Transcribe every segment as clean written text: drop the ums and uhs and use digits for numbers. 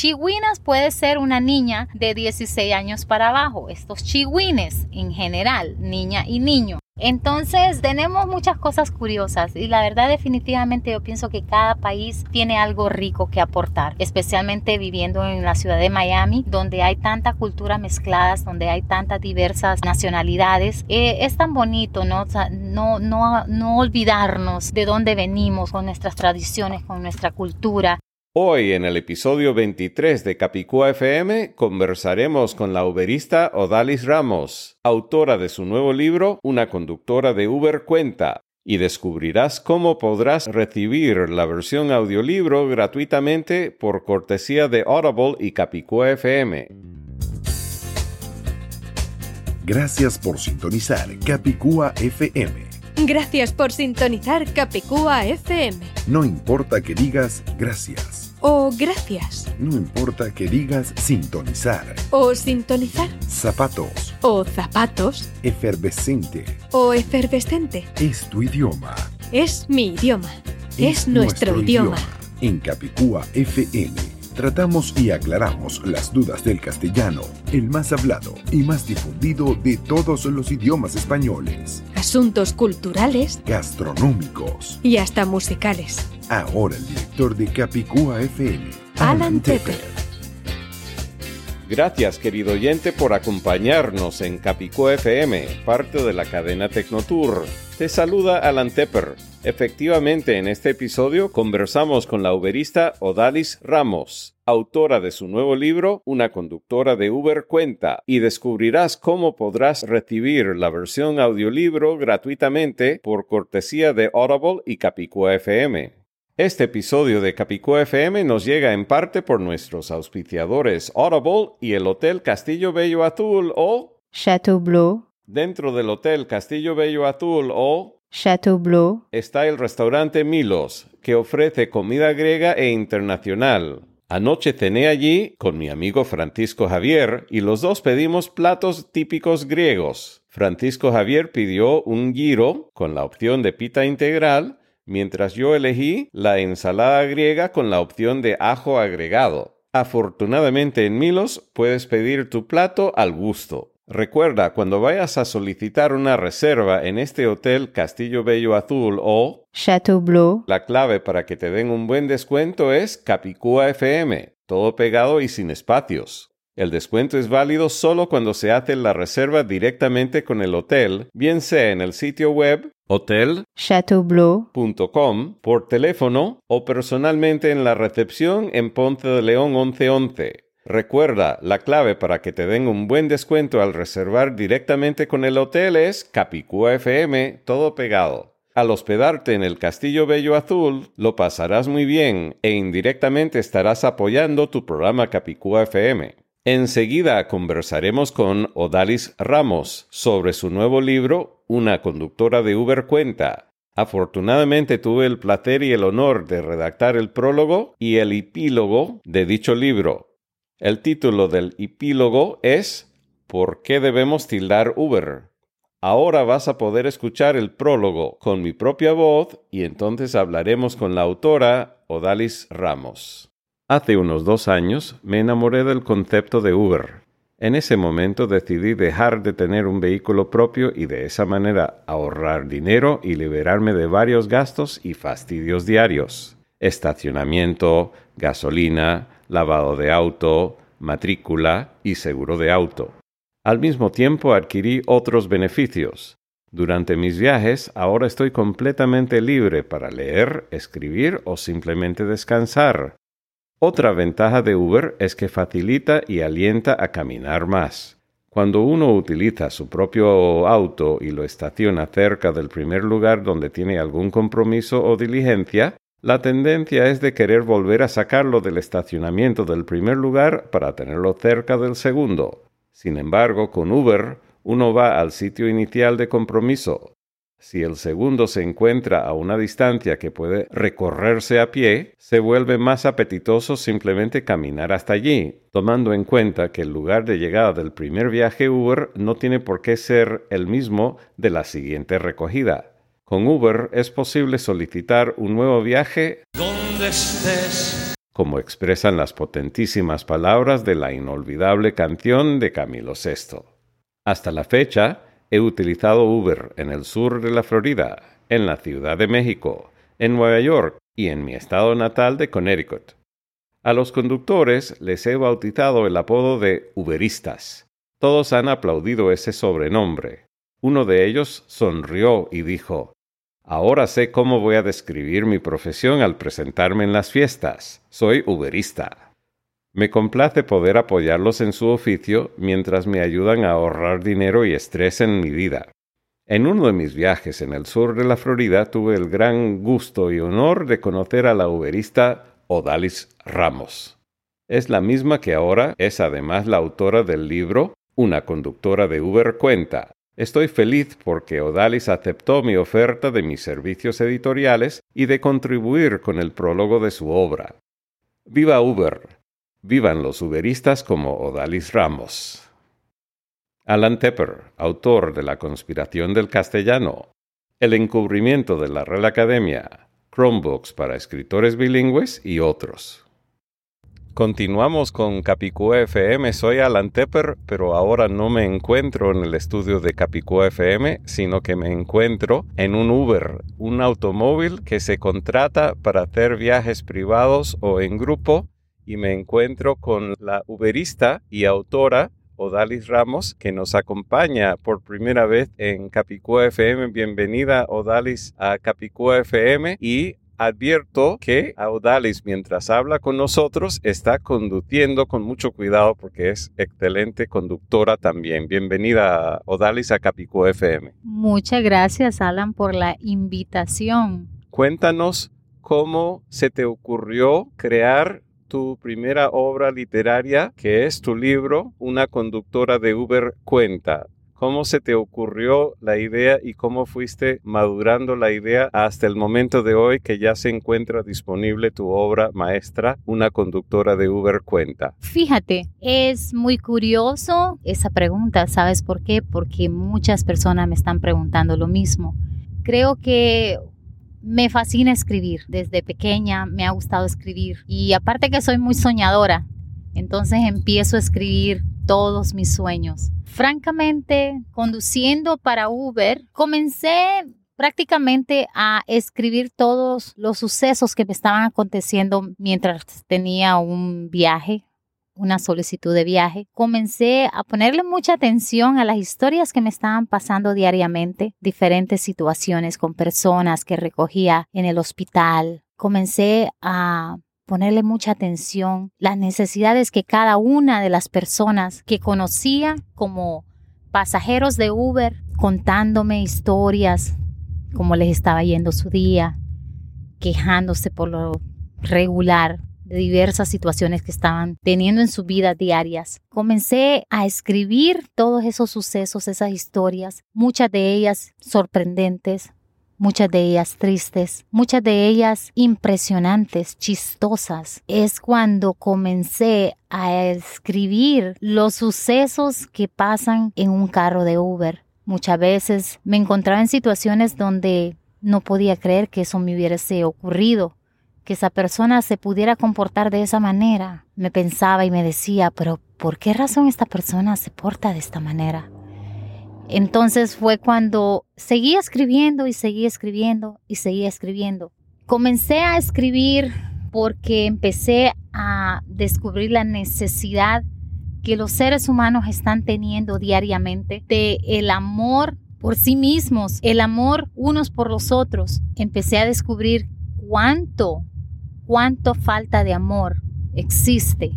Chigüinas puede ser una niña de 16 años para abajo. Estos chigüines en general, niña y niño. Entonces tenemos muchas cosas curiosas y la verdad definitivamente yo pienso que cada país tiene algo rico que aportar, especialmente viviendo en la ciudad de Miami, donde hay tanta cultura mezcladas, donde hay tantas diversas nacionalidades. Es tan bonito, ¿no? O sea, no olvidarnos de dónde venimos, con nuestras tradiciones, con nuestra cultura. Hoy, en el episodio 23 de Capicúa FM, conversaremos con la uberista Odalis Ramos, autora de su nuevo libro, Una conductora de Uber cuenta, y descubrirás cómo podrás recibir la versión audiolibro gratuitamente por cortesía de Audible y Capicúa FM. Gracias por sintonizar Capicúa FM. Gracias por sintonizar Capicúa FM. No importa que digas gracias. O gracias. No importa que digas sintonizar. O sintonizar. Zapatos. O zapatos. Efervescente. O efervescente. Es tu idioma. Es mi idioma. Es nuestro idioma. En Capicúa FM tratamos y aclaramos las dudas del castellano, el más hablado y más difundido de todos los idiomas españoles. Asuntos culturales, gastronómicos y hasta musicales. Ahora el director de Capicúa FM, Alan Tepper. Gracias, querido oyente, por acompañarnos en Capicúa FM, parte de la cadena Tecnotour. Te saluda Alan Tepper. Efectivamente, en este episodio conversamos con la uberista Odalis Ramos, autora de su nuevo libro, Una conductora de Uber cuenta, y descubrirás cómo podrás recibir la versión audiolibro gratuitamente por cortesía de Audible y Capicúa FM. Este episodio de Capicúa FM nos llega en parte por nuestros auspiciadores Audible y el Hotel Castillo Bello Azul o Chateau Bleu. Dentro del Hotel Castillo Bello Azul o Chateau Bleu está el restaurante Milos, que ofrece comida griega e internacional. Anoche cené allí con mi amigo Francisco Javier y los dos pedimos platos típicos griegos. Francisco Javier pidió un gyro con la opción de pita integral, mientras yo elegí la ensalada griega con la opción de ajo agregado. Afortunadamente en Milos puedes pedir tu plato al gusto. Recuerda, cuando vayas a solicitar una reserva en este hotel Castillo Bello Azul o Chateau Bleu, la clave para que te den un buen descuento es Capicúa FM, todo pegado y sin espacios. El descuento es válido solo cuando se hace la reserva directamente con el hotel, bien sea en el sitio web hotelchateaubleu.com, por teléfono o personalmente en la recepción en Ponce de León 1111. Recuerda, la clave para que te den un buen descuento al reservar directamente con el hotel es Capicúa FM, todo pegado. Al hospedarte en el Castillo Bello Azul, lo pasarás muy bien e indirectamente estarás apoyando tu programa Capicúa FM. Enseguida conversaremos con Odalis Ramos sobre su nuevo libro, Una conductora de Uber cuenta. Afortunadamente tuve el placer y el honor de redactar el prólogo y el epílogo de dicho libro. El título del epílogo es ¿Por qué debemos tildar Uber? Ahora vas a poder escuchar el prólogo con mi propia voz y entonces hablaremos con la autora Odalis Ramos. Hace unos 2 años me enamoré del concepto de Uber. En ese momento decidí dejar de tener un vehículo propio y de esa manera ahorrar dinero y liberarme de varios gastos y fastidios diarios. Estacionamiento, gasolina, lavado de auto, matrícula y seguro de auto. Al mismo tiempo adquirí otros beneficios. Durante mis viajes ahora estoy completamente libre para leer, escribir o simplemente descansar. Otra ventaja de Uber es que facilita y alienta a caminar más. Cuando uno utiliza su propio auto y lo estaciona cerca del primer lugar donde tiene algún compromiso o diligencia, la tendencia es de querer volver a sacarlo del estacionamiento del primer lugar para tenerlo cerca del segundo. Sin embargo, con Uber, uno va al sitio inicial de compromiso. Si el segundo se encuentra a una distancia que puede recorrerse a pie, se vuelve más apetitoso simplemente caminar hasta allí, tomando en cuenta que el lugar de llegada del primer viaje Uber no tiene por qué ser el mismo de la siguiente recogida. Con Uber es posible solicitar un nuevo viaje donde estés. como expresan las potentísimas palabras de la inolvidable canción de Camilo VI. Hasta la fecha, he utilizado Uber en el sur de la Florida, en la Ciudad de México, en Nueva York y en mi estado natal de Connecticut. A los conductores les he bautizado el apodo de Uberistas. Todos han aplaudido ese sobrenombre. Uno de ellos sonrió y dijo: «Ahora sé cómo voy a describir mi profesión al presentarme en las fiestas. Soy Uberista». Me complace poder apoyarlos en su oficio mientras me ayudan a ahorrar dinero y estrés en mi vida. En uno de mis viajes en el sur de la Florida tuve el gran gusto y honor de conocer a la Uberista Odalis Ramos. Es la misma que ahora es además la autora del libro Una conductora de Uber cuenta. Estoy feliz porque Odalis aceptó mi oferta de mis servicios editoriales y de contribuir con el prólogo de su obra. ¡Viva Uber! ¡Vivan los uberistas como Odalis Ramos! Alan Tepper, autor de La conspiración del castellano, El encubrimiento de la Real Academia, Chromebooks para escritores bilingües y otros. Continuamos con Capicúa FM. Soy Alan Tepper, pero ahora no me encuentro en el estudio de Capicúa FM, sino que me encuentro en un Uber, un automóvil que se contrata para hacer viajes privados o en grupo, y me encuentro con la uberista y autora Odalis Ramos, que nos acompaña por primera vez en Capicúa FM. Bienvenida, Odalis, a Capicúa FM, y advierto que Odalis, mientras habla con nosotros, está conduciendo con mucho cuidado porque es excelente conductora también. Bienvenida, Odalis, a Capicúa FM. Muchas gracias, Alan, por la invitación. Cuéntanos cómo se te ocurrió crear tu primera obra literaria, que es tu libro, Una conductora de Uber cuenta. ¿Cómo se te ocurrió la idea y cómo fuiste madurando la idea hasta el momento de hoy que ya se encuentra disponible tu obra maestra, Una conductora de Uber cuenta? Fíjate, es muy curioso esa pregunta. ¿Sabes por qué? Porque muchas personas me están preguntando lo mismo. Creo que me fascina escribir. Desde pequeña me ha gustado escribir. Y aparte que soy muy soñadora, entonces empiezo a escribir todos mis sueños. Francamente, conduciendo para Uber, comencé prácticamente a escribir todos los sucesos que me estaban aconteciendo mientras tenía un viaje, una solicitud de viaje. Comencé a ponerle mucha atención a las historias que me estaban pasando diariamente, diferentes situaciones con personas que recogía en el hospital. Comencé a ponerle mucha atención las necesidades que cada una de las personas que conocía como pasajeros de Uber, contándome historias, cómo les estaba yendo su día, quejándose por lo regular de diversas situaciones que estaban teniendo en sus vidas diarias. Comencé a escribir todos esos sucesos, esas historias, muchas de ellas sorprendentes, muchas de ellas tristes, muchas de ellas impresionantes, chistosas. Es cuando comencé a escribir los sucesos que pasan en un carro de Uber. Muchas veces me encontraba en situaciones donde no podía creer que eso me hubiese ocurrido, que esa persona se pudiera comportar de esa manera. Me pensaba y me decía, pero ¿por qué razón esta persona se porta de esta manera? Entonces fue cuando seguí escribiendo y seguí escribiendo y seguí escribiendo. Comencé a escribir porque empecé a descubrir la necesidad que los seres humanos están teniendo diariamente de el amor por sí mismos, el amor unos por los otros. Empecé a descubrir cuánto falta de amor existe,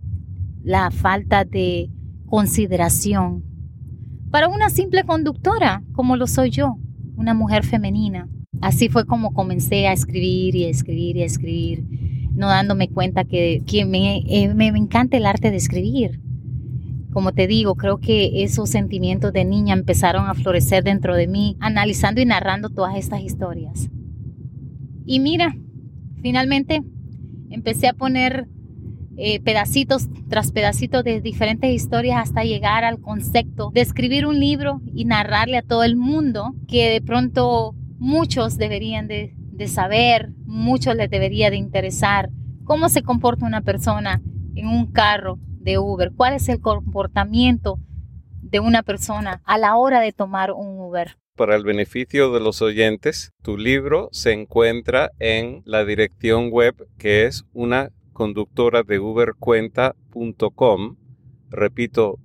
la falta de consideración para una simple conductora como lo soy yo, una mujer femenina. Así fue como comencé a escribir y a escribir y a escribir, no dándome cuenta que me encanta el arte de escribir. Como te digo, creo que esos sentimientos de niña empezaron a florecer dentro de mí, analizando y narrando todas estas historias. Y mira, finalmente empecé a poner pedacitos tras pedacitos de diferentes historias hasta llegar al concepto de escribir un libro y narrarle a todo el mundo que de pronto muchos deberían de saber, muchos les debería de interesar cómo se comporta una persona en un carro de Uber, cuál es el comportamiento de una persona a la hora de tomar un Uber. Para el beneficio de los oyentes, tu libro se encuentra en la dirección web que es unaconductoradeubercuenta.com. Repito,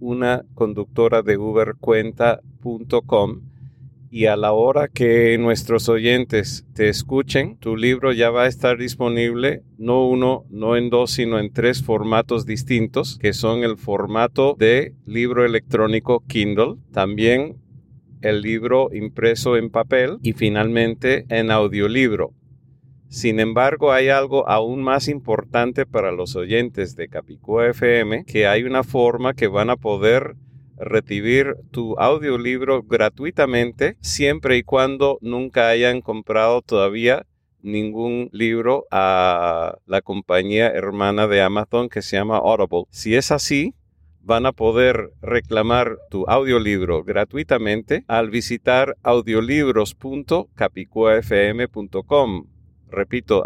unaconductoradeubercuenta.com. Y a la hora que nuestros oyentes te escuchen, tu libro ya va a estar disponible no en 2, sino en 3 formatos distintos, que son el formato de libro electrónico Kindle, también el libro impreso en papel y finalmente en audiolibro. Sin embargo, hay algo aún más importante para los oyentes de Capicúa FM, que hay una forma que van a poder recibir tu audiolibro gratuitamente siempre y cuando nunca hayan comprado todavía ningún libro a la compañía hermana de Amazon que se llama Audible. Si es así, van a poder reclamar tu audiolibro gratuitamente al visitar audiolibros.capicuafm.com. Repito,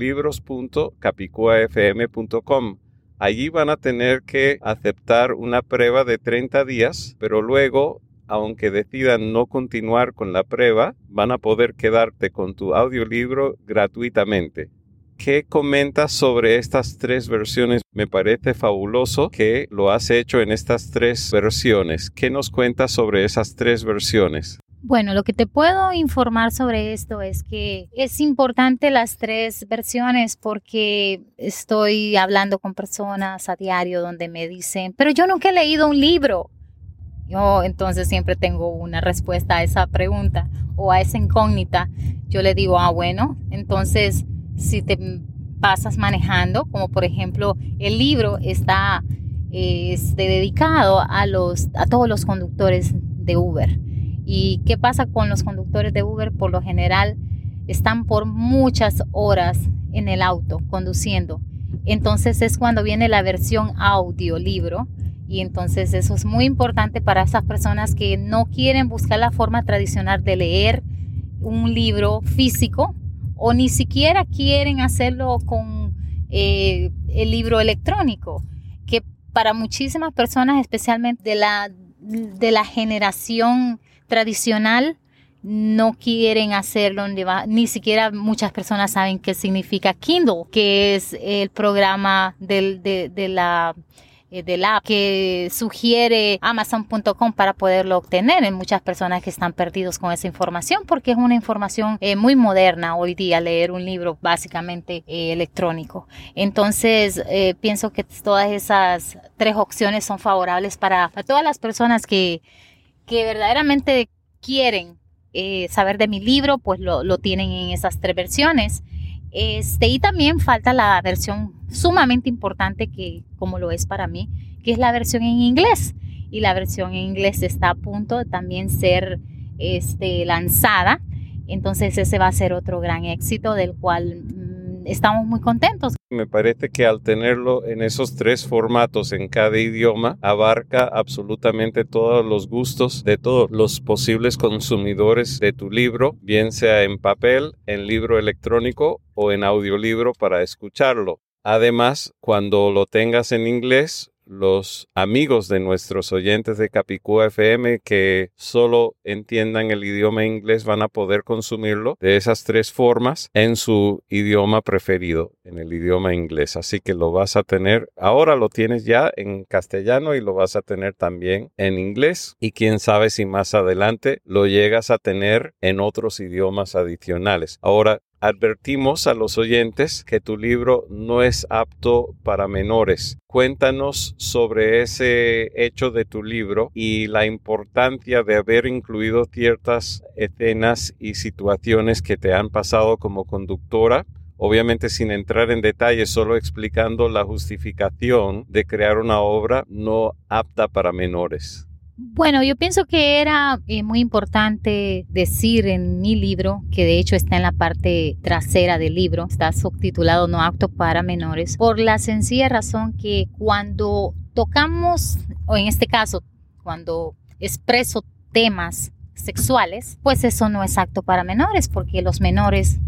audiolibros.capicuafm.com. Allí van a tener que aceptar una prueba de 30 días, pero luego, aunque decidan no continuar con la prueba, van a poder quedarte con tu audiolibro gratuitamente. ¿Qué comentas sobre estas 3 versiones? Me parece fabuloso que lo has hecho en estas 3 versiones. ¿Qué nos cuentas sobre esas 3 versiones? Bueno, lo que te puedo informar sobre esto es que es importante las 3 versiones porque estoy hablando con personas a diario donde me dicen, pero yo nunca he leído un libro. Yo entonces siempre tengo una respuesta a esa pregunta o a esa incógnita. Yo le digo, bueno, entonces si te pasas manejando, como por ejemplo el libro está dedicado a todos los conductores de Uber. ¿Y qué pasa con los conductores de Uber? Por lo general están por muchas horas en el auto conduciendo. Entonces es cuando viene la versión audiolibro y entonces eso es muy importante para esas personas que no quieren buscar la forma tradicional de leer un libro físico o ni siquiera quieren hacerlo con el libro electrónico, que para muchísimas personas, especialmente de la generación tradicional, no quieren hacerlo, ni siquiera muchas personas saben qué significa Kindle, que es el programa de la app que sugiere Amazon.com para poderlo obtener. En muchas personas que están perdidos con esa información porque es una información muy moderna hoy día, leer un libro básicamente electrónico. Entonces pienso que todas esas 3 opciones son favorables para todas las personas que verdaderamente quieren saber de mi libro, pues lo tienen en esas 3 versiones. Y también falta la versión sumamente importante que como lo es para mí, que es la versión en inglés. Y la versión en inglés está a punto de también ser lanzada. Entonces ese va a ser otro gran éxito del cual estamos muy contentos. Me parece que al tenerlo en esos 3 formatos en cada idioma, abarca absolutamente todos los gustos de todos los posibles consumidores de tu libro, bien sea en papel, en libro electrónico o en audiolibro para escucharlo. Además, cuando lo tengas en inglés, los amigos de nuestros oyentes de Capicúa FM que solo entiendan el idioma inglés van a poder consumirlo de esas 3 formas en su idioma preferido, en el idioma inglés. Así que lo vas a tener, ahora lo tienes ya en castellano y lo vas a tener también en inglés. Y quién sabe si más adelante lo llegas a tener en otros idiomas adicionales. Ahora, advertimos a los oyentes que tu libro no es apto para menores. Cuéntanos sobre ese hecho de tu libro y la importancia de haber incluido ciertas escenas y situaciones que te han pasado como conductora. Obviamente sin entrar en detalles, solo explicando la justificación de crear una obra no apta para menores. Bueno, yo pienso que era muy importante decir en mi libro, que de hecho está en la parte trasera del libro, está subtitulado No apto para menores, por la sencilla razón que cuando tocamos, o en este caso, cuando expreso temas sexuales, pues eso no es apto para menores, porque los menores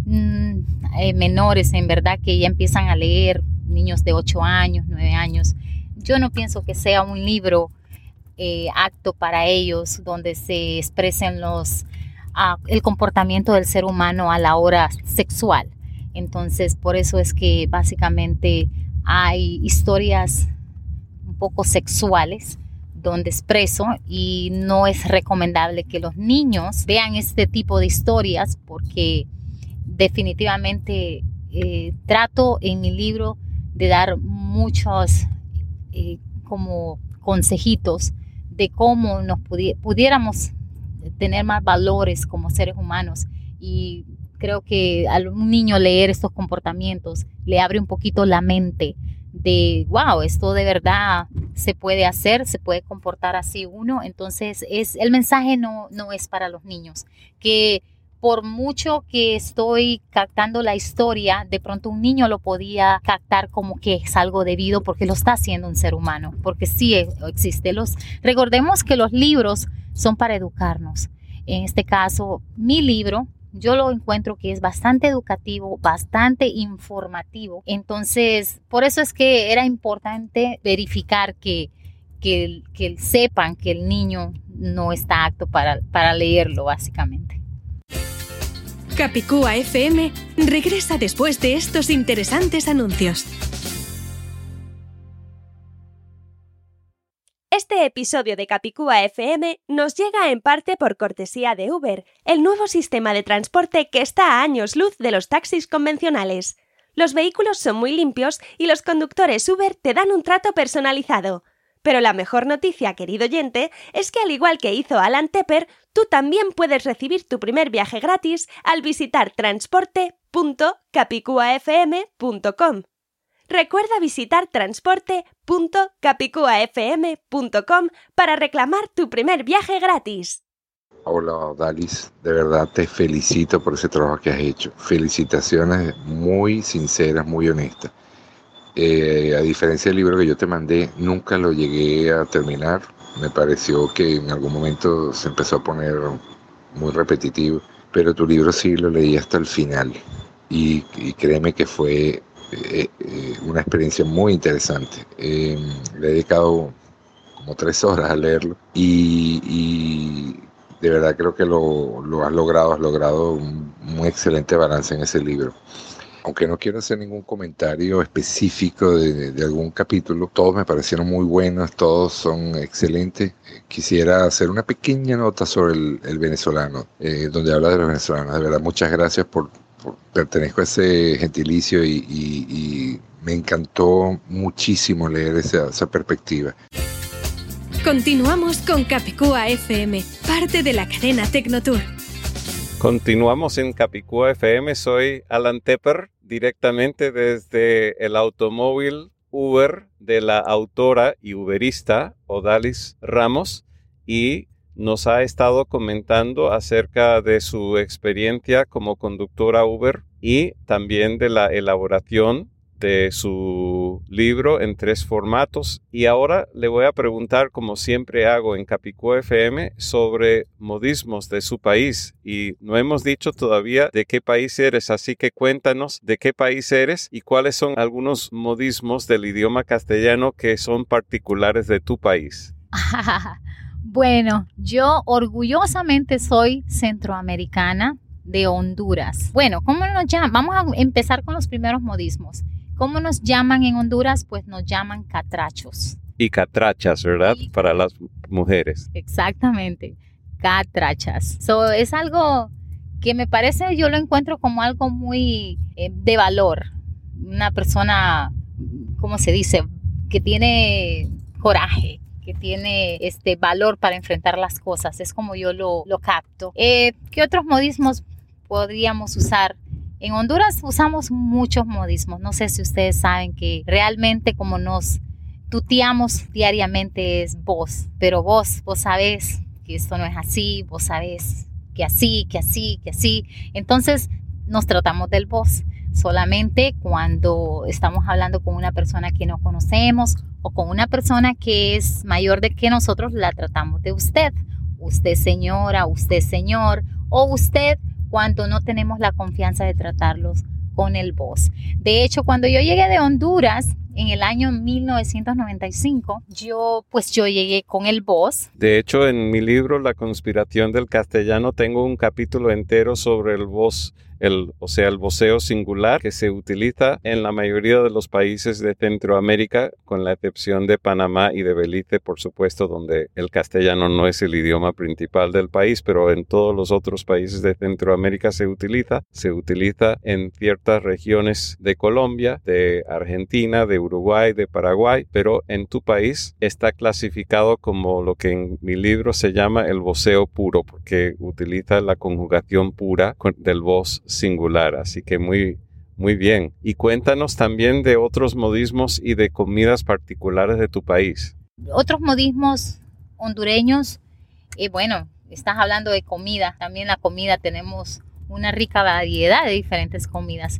menores, en verdad, que ya empiezan a leer, niños de 8 años, 9 años. Yo no pienso que sea un libro apto para ellos, donde se expresen el comportamiento del ser humano a la hora sexual. Entonces, por eso es que básicamente hay historias un poco sexuales donde expreso, y no es recomendable que los niños vean este tipo de historias, porque definitivamente trato en mi libro de dar muchos como consejitos de cómo nos pudiéramos tener más valores como seres humanos. Y creo que a un niño leer estos comportamientos le abre un poquito la mente de, wow, esto de verdad se puede hacer, se puede comportar así uno. Entonces el mensaje no es para los niños, que por mucho que estoy captando la historia, de pronto un niño lo podía captar como que es algo debido porque lo está haciendo un ser humano, porque sí existe. Recordemos que los libros son para educarnos. En este caso, mi libro, yo lo encuentro que es bastante educativo, bastante informativo. Entonces, por eso es que era importante verificar que sepan que el niño no está apto para leerlo, básicamente. Capicúa FM regresa después de estos interesantes anuncios. Este episodio de Capicúa FM nos llega en parte por cortesía de Uber, el nuevo sistema de transporte que está a años luz de los taxis convencionales. Los vehículos son muy limpios y los conductores Uber te dan un trato personalizado. Pero la mejor noticia, querido oyente, es que al igual que hizo Alan Tepper, tú también puedes recibir tu primer viaje gratis al visitar transporte.capicuafm.com. Recuerda visitar transporte.capicuafm.com para reclamar tu primer viaje gratis. Hola, Dalis, de verdad te felicito por ese trabajo que has hecho. Felicitaciones muy sinceras, muy honestas. A diferencia del libro que yo te mandé, nunca lo llegué a terminar. Me pareció que en algún momento se empezó a poner muy repetitivo, pero tu libro sí lo leí hasta el final y créeme que fue una experiencia muy interesante. Le he dedicado como 3 horas a leerlo y de verdad creo que lo has logrado un excelente balance en ese libro. Aunque no quiero hacer ningún comentario específico de algún capítulo, todos me parecieron muy buenos, todos son excelentes. Quisiera hacer una pequeña nota sobre el venezolano, donde habla de los venezolanos. De verdad, muchas gracias por pertenezco a ese gentilicio y me encantó muchísimo leer esa perspectiva. Continuamos con Capicúa FM, parte de la cadena Tecnotour. Continuamos en Capicúa FM, soy Alan Tepper, directamente desde el automóvil Uber de la autora y uberista Odalis Ramos, y nos ha estado comentando acerca de su experiencia como conductora Uber y también de la elaboración de su libro en 3 formatos. Y ahora le voy a preguntar, como siempre hago en Capicúa FM, sobre modismos de su país. Y no hemos dicho todavía de qué país eres, así que cuéntanos de qué país eres y cuáles son algunos modismos del idioma castellano que son particulares de tu país. Bueno, yo orgullosamente soy centroamericana de Honduras. Bueno, ¿cómo nos llaman? Vamos a empezar con los primeros modismos. ¿Cómo nos llaman en Honduras? Pues nos llaman catrachos. Y catrachas, ¿verdad? Para las mujeres. Exactamente, catrachas. Es algo que me parece, yo lo encuentro como algo muy de valor. Una persona, ¿cómo se dice? Que tiene coraje, que tiene valor para enfrentar las cosas. Es como yo lo capto. ¿Qué otros modismos podríamos usar? En Honduras usamos muchos modismos. No sé si ustedes saben que realmente como nos tuteamos diariamente es vos. Pero vos sabés que esto no es así. Vos sabés que así, que así, que así. Entonces nos tratamos del vos. Solamente cuando estamos hablando con una persona que no conocemos o con una persona que es mayor de que nosotros, la tratamos de usted. Usted señora, usted señor, o usted cuando no tenemos la confianza de tratarlos con el vos. De hecho, cuando yo llegué de Honduras en el año 1995, yo llegué con el vos. De hecho, en mi libro La conspiración del castellano tengo un capítulo entero sobre el vos, el voceo singular que se utiliza en la mayoría de los países de Centroamérica, con la excepción de Panamá y de Belice, por supuesto, donde el castellano no es el idioma principal del país, pero en todos los otros países de Centroamérica se utiliza en ciertas regiones de Colombia, de Argentina, de Uruguay, de Paraguay, pero en tu país está clasificado como lo que en mi libro se llama el voceo puro, porque utiliza la conjugación pura del vos singular, así que muy bien. Y cuéntanos también de otros modismos y de comidas particulares de tu país. Otros modismos hondureños, estás hablando de comida, también la comida, tenemos una rica variedad de diferentes comidas.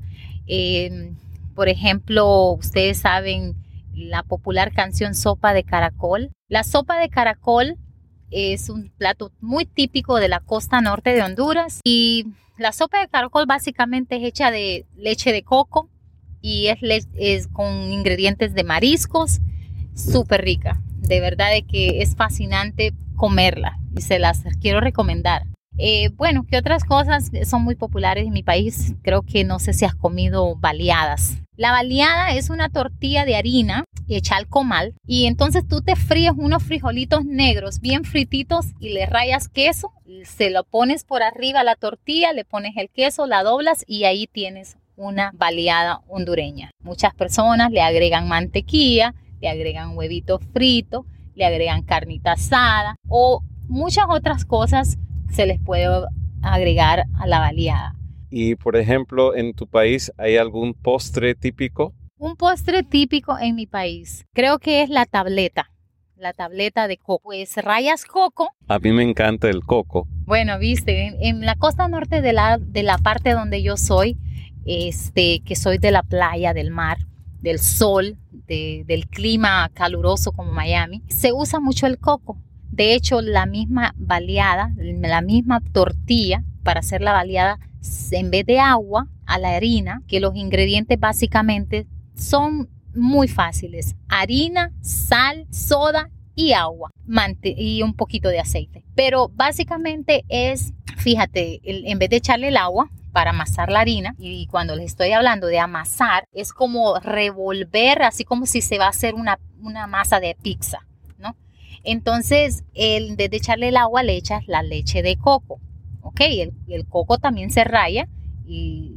Por ejemplo, ustedes saben la popular canción sopa de caracol. La sopa de caracol es un plato muy típico de la costa norte de Honduras y la sopa de caracol básicamente es hecha de leche de coco y es con ingredientes de mariscos, súper rica. De verdad de que es fascinante comerla y se las quiero recomendar. ¿Qué otras cosas son muy populares en mi país? Creo que no sé si has comido baleadas. La baleada es una tortilla de harina hecha al comal y entonces tú te fríes unos frijolitos negros bien frititos y le rayas queso, se lo pones por arriba a la tortilla, le pones el queso, la doblas y ahí tienes una baleada hondureña. Muchas personas le agregan mantequilla, le agregan huevito frito, le agregan carnita asada o muchas otras cosas se les puede agregar a la baleada. Y, por ejemplo, ¿en tu país hay algún postre típico? Un postre típico en mi país, creo que es la tableta de coco. Pues rayas coco. A mí me encanta el coco. Bueno, viste, en la costa norte de la parte donde yo soy, que soy de la playa, del mar, del sol, del clima caluroso como Miami, se usa mucho el coco. De hecho, la misma baleada, la misma tortilla para hacer la baleada, en vez de agua a la harina, que los ingredientes básicamente son muy fáciles: harina, sal, soda y agua, y un poquito de aceite. Pero básicamente es, fíjate, en vez de echarle el agua para amasar la harina, y cuando les estoy hablando de amasar, es como revolver, así como si se va a hacer una masa de pizza, ¿no? Entonces, en vez de echarle el agua, le echas la leche de coco. Ok, el coco también se raya y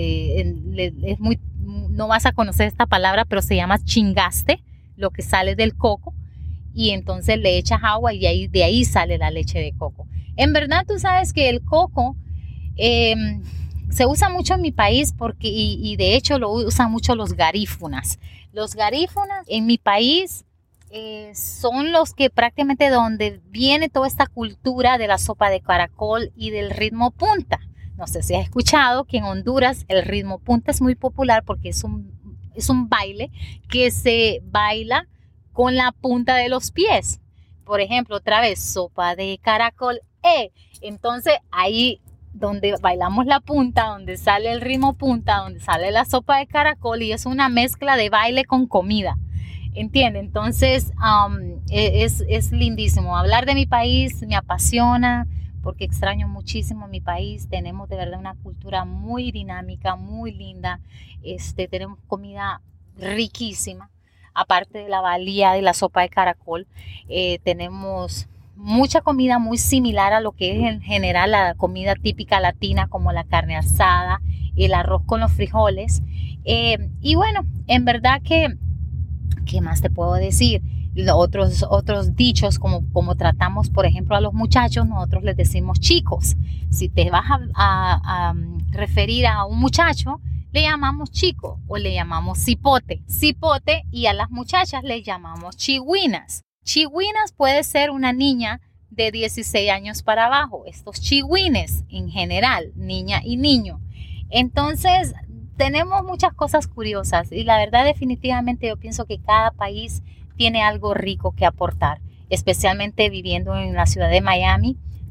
no vas a conocer esta palabra, pero se llama chingaste, lo que sale del coco, y entonces le echas agua y de ahí sale la leche de coco. En verdad, tú sabes que el coco se usa mucho en mi país y de hecho lo usan mucho los garífunas. Los garífunas en mi país son los que prácticamente donde viene toda esta cultura de la sopa de caracol y del ritmo punta. No sé si has escuchado que en Honduras el ritmo punta es muy popular porque es un baile que se baila con la punta de los pies. Por ejemplo, otra vez, sopa de caracol. Entonces ahí donde bailamos la punta, donde sale el ritmo punta, donde sale la sopa de caracol, y es una mezcla de baile con comida. ¿Entiende? Entonces es lindísimo. Hablar de mi país me apasiona porque extraño muchísimo mi país. Tenemos de verdad una cultura muy dinámica, muy linda. Tenemos comida riquísima. Aparte de la baleada y la sopa de caracol, tenemos mucha comida muy similar a lo que es en general la comida típica latina, como la carne asada, el arroz con los frijoles. Y bueno, en verdad que ¿qué más te puedo decir? Otros dichos, como tratamos, por ejemplo, a los muchachos, nosotros les decimos chicos. Si te vas a referir a un muchacho, le llamamos chico o le llamamos cipote. Y a las muchachas le llamamos chigüinas. Chigüinas puede ser una niña de 16 años para abajo. Estos chigüines en general, niña y niño. Entonces, tenemos muchas cosas curiosas y la verdad definitivamente yo pienso que cada país tiene algo rico que aportar, especialmente viviendo en la ciudad de Miami,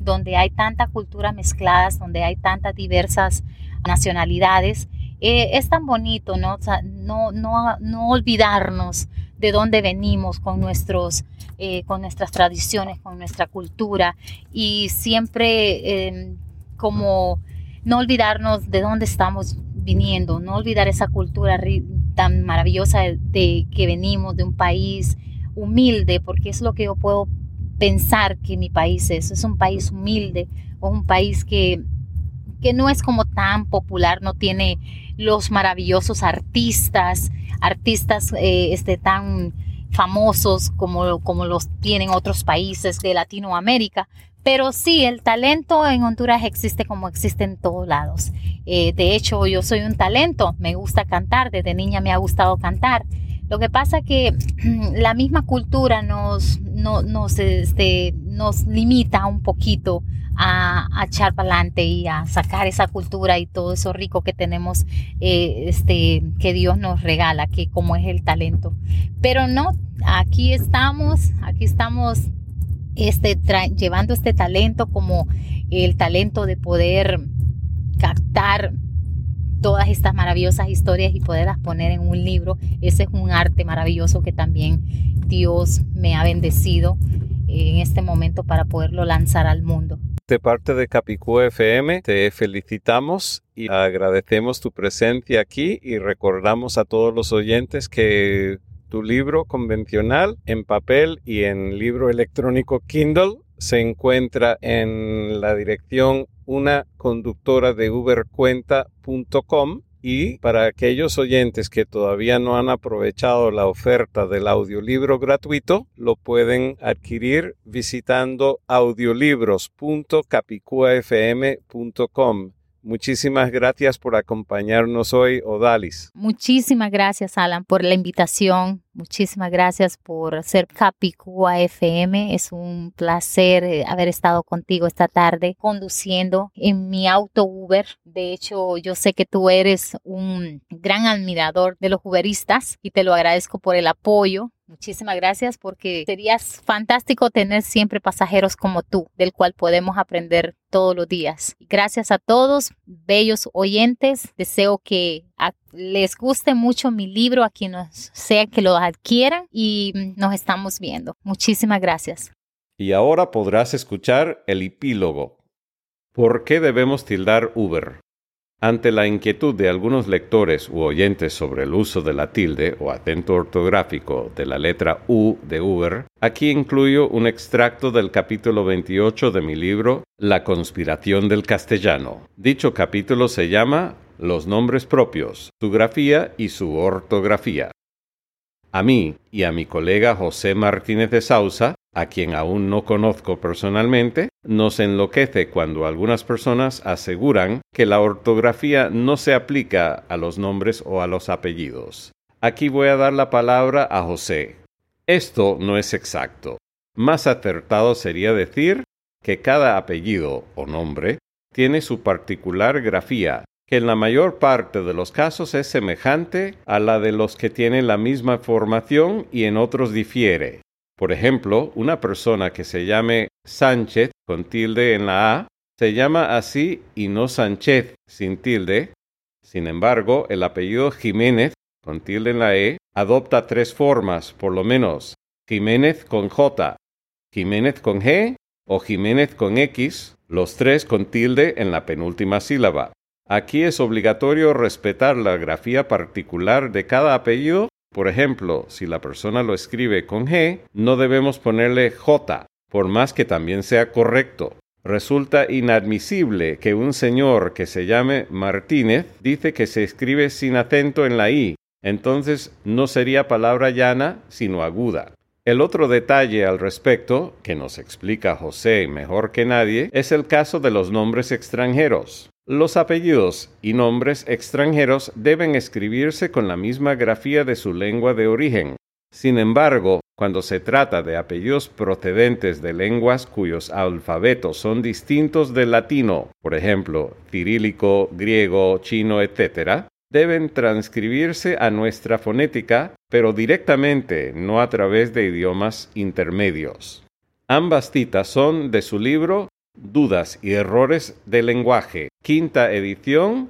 donde hay tanta cultura mezcladas, donde hay tantas diversas nacionalidades, es tan bonito, ¿no? O sea, no olvidarnos de dónde venimos con nuestras tradiciones, con nuestra cultura, y siempre como no olvidarnos de dónde estamos viniendo, no olvidar esa cultura tan maravillosa de que venimos de un país humilde, porque es lo que yo puedo pensar que mi país es un país humilde, o un país que no es como tan popular, no tiene los maravillosos artistas tan famosos como los tienen otros países de Latinoamérica. Pero sí, el talento en Honduras existe como existe en todos lados. De hecho, yo soy un talento, me gusta cantar, desde niña me ha gustado cantar. Lo que pasa que la misma cultura nos limita un poquito a echar para adelante y a sacar esa cultura y todo eso rico que tenemos, que Dios nos regala, que como es el talento. Pero no, aquí estamos llevando este talento como el talento de poder captar todas estas maravillosas historias y poderlas poner en un libro. Ese es un arte maravilloso que también Dios me ha bendecido en este momento para poderlo lanzar al mundo. De parte de Capicúa FM te felicitamos y agradecemos tu presencia aquí, y recordamos a todos los oyentes que tu libro convencional en papel y en libro electrónico Kindle se encuentra en la dirección unaconductoradeubercuenta.com, y para aquellos oyentes que todavía no han aprovechado la oferta del audiolibro gratuito, lo pueden adquirir visitando audiolibros.capicuafm.com. Muchísimas gracias por acompañarnos hoy, Odalis. Muchísimas gracias, Alan, por la invitación. Muchísimas gracias por ser Capicúa FM. Es un placer haber estado contigo esta tarde conduciendo en mi auto Uber. De hecho, yo sé que tú eres un gran admirador de los uberistas y te lo agradezco por el apoyo. Muchísimas gracias, porque sería fantástico tener siempre pasajeros como tú, del cual podemos aprender todos los días. Gracias a todos, bellos oyentes. Deseo que les guste mucho mi libro, a quienes sea que lo adquieran, y nos estamos viendo. Muchísimas gracias. Y ahora podrás escuchar el epílogo. ¿Por qué debemos tildar Uber? Ante la inquietud de algunos lectores u oyentes sobre el uso de la tilde o acento ortográfico de la letra U de Uber, aquí incluyo un extracto del capítulo 28 de mi libro La conspiración del castellano. Dicho capítulo se llama Los nombres propios, su grafía y su ortografía. A mí y a mi colega José Martínez de Sousa, a quien aún no conozco personalmente, nos enloquece cuando algunas personas aseguran que la ortografía no se aplica a los nombres o a los apellidos. Aquí voy a dar la palabra a José. Esto no es exacto. Más acertado sería decir que cada apellido o nombre tiene su particular grafía, que en la mayor parte de los casos es semejante a la de los que tienen la misma formación y en otros difiere. Por ejemplo, una persona que se llame Sánchez con tilde en la A se llama así y no Sánchez sin tilde. Sin embargo, el apellido Jiménez con tilde en la E adopta tres formas, por lo menos: Jiménez con J, Jiménez con G o Jiménez con X, los tres con tilde en la penúltima sílaba. Aquí es obligatorio respetar la grafía particular de cada apellido. Por ejemplo, si la persona lo escribe con G, no debemos ponerle J, por más que también sea correcto. Resulta inadmisible que un señor que se llame Martínez dice que se escribe sin acento en la I, entonces no sería palabra llana, sino aguda. El otro detalle al respecto, que nos explica José mejor que nadie, es el caso de los nombres extranjeros. Los apellidos y nombres extranjeros deben escribirse con la misma grafía de su lengua de origen. Sin embargo, cuando se trata de apellidos procedentes de lenguas cuyos alfabetos son distintos del latino, por ejemplo, cirílico, griego, chino, etc., deben transcribirse a nuestra fonética, pero directamente, no a través de idiomas intermedios. Ambas citas son de su libro Dudas y errores del lenguaje, quinta edición,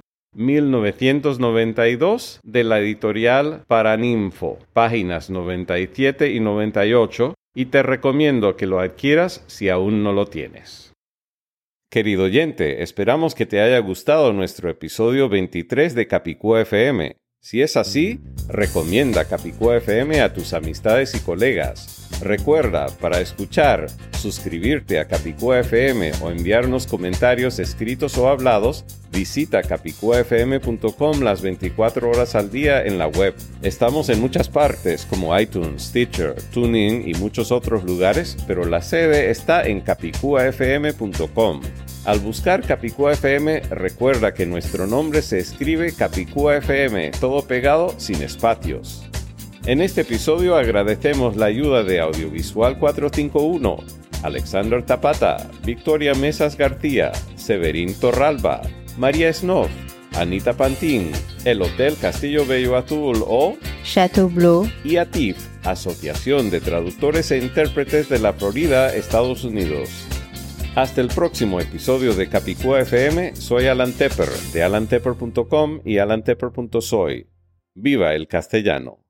1992, de la editorial Paraninfo, páginas 97 y 98, y te recomiendo que lo adquieras si aún no lo tienes. Querido oyente, esperamos que te haya gustado nuestro episodio 23 de Capicúa FM. Si es así, recomienda Capicúa FM a tus amistades y colegas. Recuerda, para escuchar, suscribirte a Capicúa FM o enviarnos comentarios escritos o hablados, visita capicuafm.com las 24 horas al día en la web. Estamos en muchas partes como iTunes, Stitcher, TuneIn y muchos otros lugares, pero la sede está en capicuafm.com. Al buscar Capicúa FM, recuerda que nuestro nombre se escribe Capicúa FM, todo pegado sin espacios. En este episodio agradecemos la ayuda de Audiovisual 451, Alexander Tapata, Victoria Mesas García, Severín Torralba, María Snoff, Anita Pantín, el Hotel Castillo Bello Azul o Chateau Bleu y ATIF, Asociación de Traductores e Intérpretes de la Florida, Estados Unidos. Hasta el próximo episodio de Capicúa FM, soy Alan Tepper, de alantepper.com y alantepper.soy. ¡Viva el castellano!